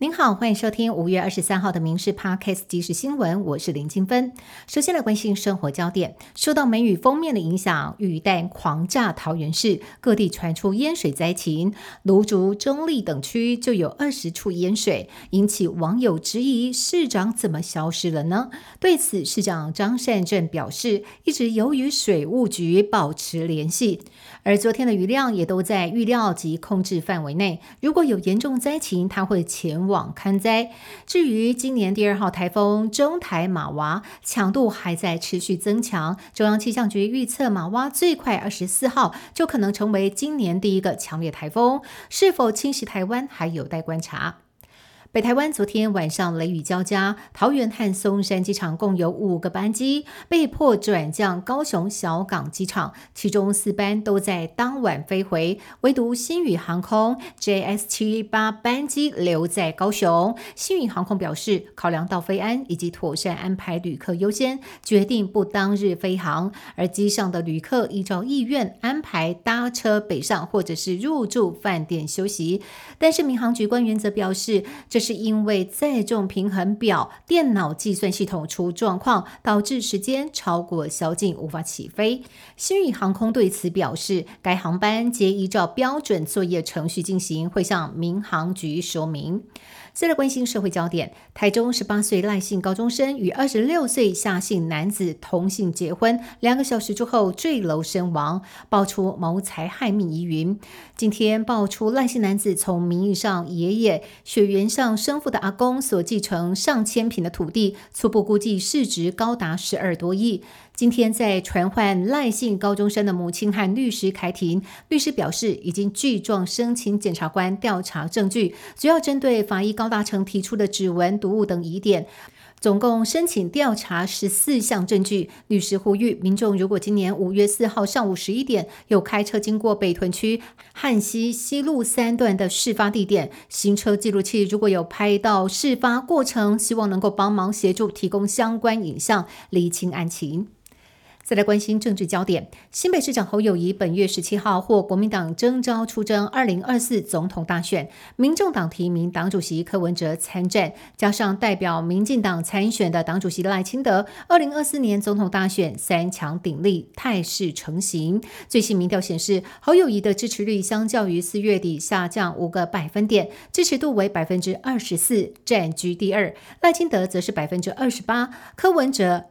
您好，欢迎收听5月23号的民事 Podcast 即时新闻，我是林金芬。首先来关心生活焦点，受到梅雨锋面的影响，雨弹狂炸桃园市，各地传出淹水灾情，芦竹、中立等区就有20处淹水，引起网友质疑市长怎么消失了呢？对此，市长张善政表示，一直有与水务局保持联系，而昨天的雨量也都在预料及控制范围内，如果有严重灾情，他会前往勘灾。至于今年第2号台风中台马娃强度还在持续增强，中央气象局预测马娃最快24号就可能成为今年第一个强烈台风，是否侵袭台湾还有待观察。北台湾昨天晚上雷雨交加，桃园和松山机场共有5个班机被迫转降高雄小港机场，其中4班都在当晚飞回，唯独星宇航空 JS718 班机留在高雄。星宇航空表示，考量到飞安以及妥善安排旅客优先，决定不当日飞航，而机上的旅客依照意愿安排搭车北上或者是入住饭店休息。但是民航局官员则表示，这是因为载重平衡表电脑计算系统出状况，导致时间超过宵禁，无法起飞。星宇航空对此表示，该航班皆依照标准作业程序进行，会向民航局说明。再来关心社会焦点，台中18岁赖姓高中生与26岁夏姓男子同姓结婚，2个小时之后坠楼身亡，爆出谋财害命疑云。今天爆出赖姓男子从名义上爷爷、血缘上生父的阿公所继承上千坪的土地，初步估计市值高达12多亿。今天在传唤赖姓高中生的母亲和律师开庭，律师表示已经具状申请检察官调查证据，主要针对法医高大成提出的指纹、毒物等疑点，总共申请调查14项证据。律师呼吁民众，如果今年5月4号上午11点有开车经过北屯区汉溪西路3段的事发地点，行车记录器如果有拍到事发过程，希望能够帮忙协助提供相关影像，厘清案情。再来关心政治焦点，新北市长侯友宜本月17号获国民党征召出征2024总统大选，民众党提名党主席柯文哲参战，加上代表民进党参选的党主席赖清德，2024年总统大选3强鼎立，态势成型。最新民调显示，侯友宜的支持率相较于4月底下降5个百分点，支持度为 24%， 占居第2，赖清德则是 28%， 柯文哲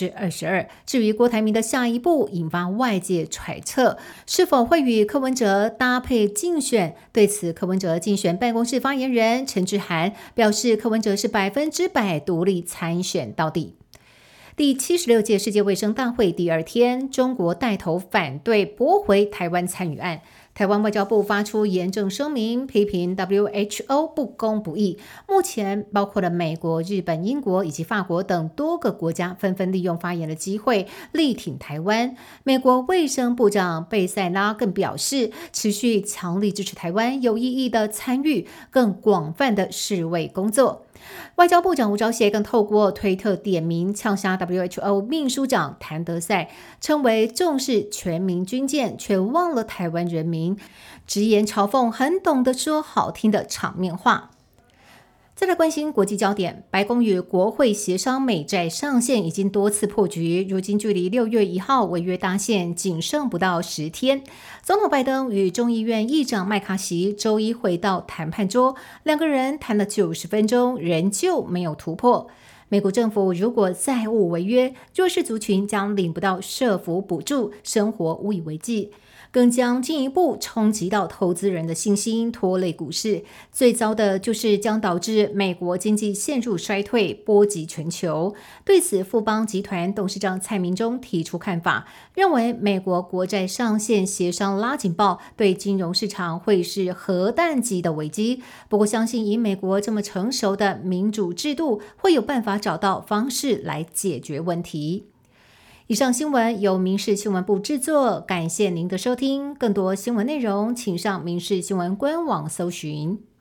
22%。 至于郭台铭的下一步，引发外界揣测，是否会与柯文哲搭配竞选？对此，柯文哲竞选办公室发言人陈志涵表示，柯文哲是100%独立参选到底。第76届世界卫生大会第2天，中国带头反对驳回台湾参与案。台湾外交部发出严正声明，批评 WHO 不公不义。目前包括了美国、日本、英国以及法国等多个国家纷纷利用发言的机会力挺台湾。美国卫生部长贝塞拉更表示，持续强力支持台湾有意义的参与更广泛的世卫工作。外交部长吴钊燮更透过推特点名呛杀 WHO 秘书长谭德赛，称为重视全民军舰，却忘了台湾人民，直言嘲讽很懂得说好听的场面话。再来关心国际焦点，白宫与国会协商美债上限已经多次破局，如今距离6月1号违约大限仅剩不到10天。总统拜登与众议院议长麦卡锡周一回到谈判桌，2个人谈了90分钟，仍旧没有突破。美国政府如果债务违约，弱势族群将领不到社福补助，生活无以为继，更将进一步冲击到投资人的信心，拖累股市。最糟的就是将导致美国经济陷入衰退，波及全球。对此，富邦集团董事长蔡明忠提出看法，认为美国国债上限协商拉警报，对金融市场会是核弹级的危机。不过，相信以美国这么成熟的民主制度，会有办法找到方式来解决问题。以上新闻由民事新闻部制作，感谢您的收听。更多新闻内容，请上民事新闻官网搜寻。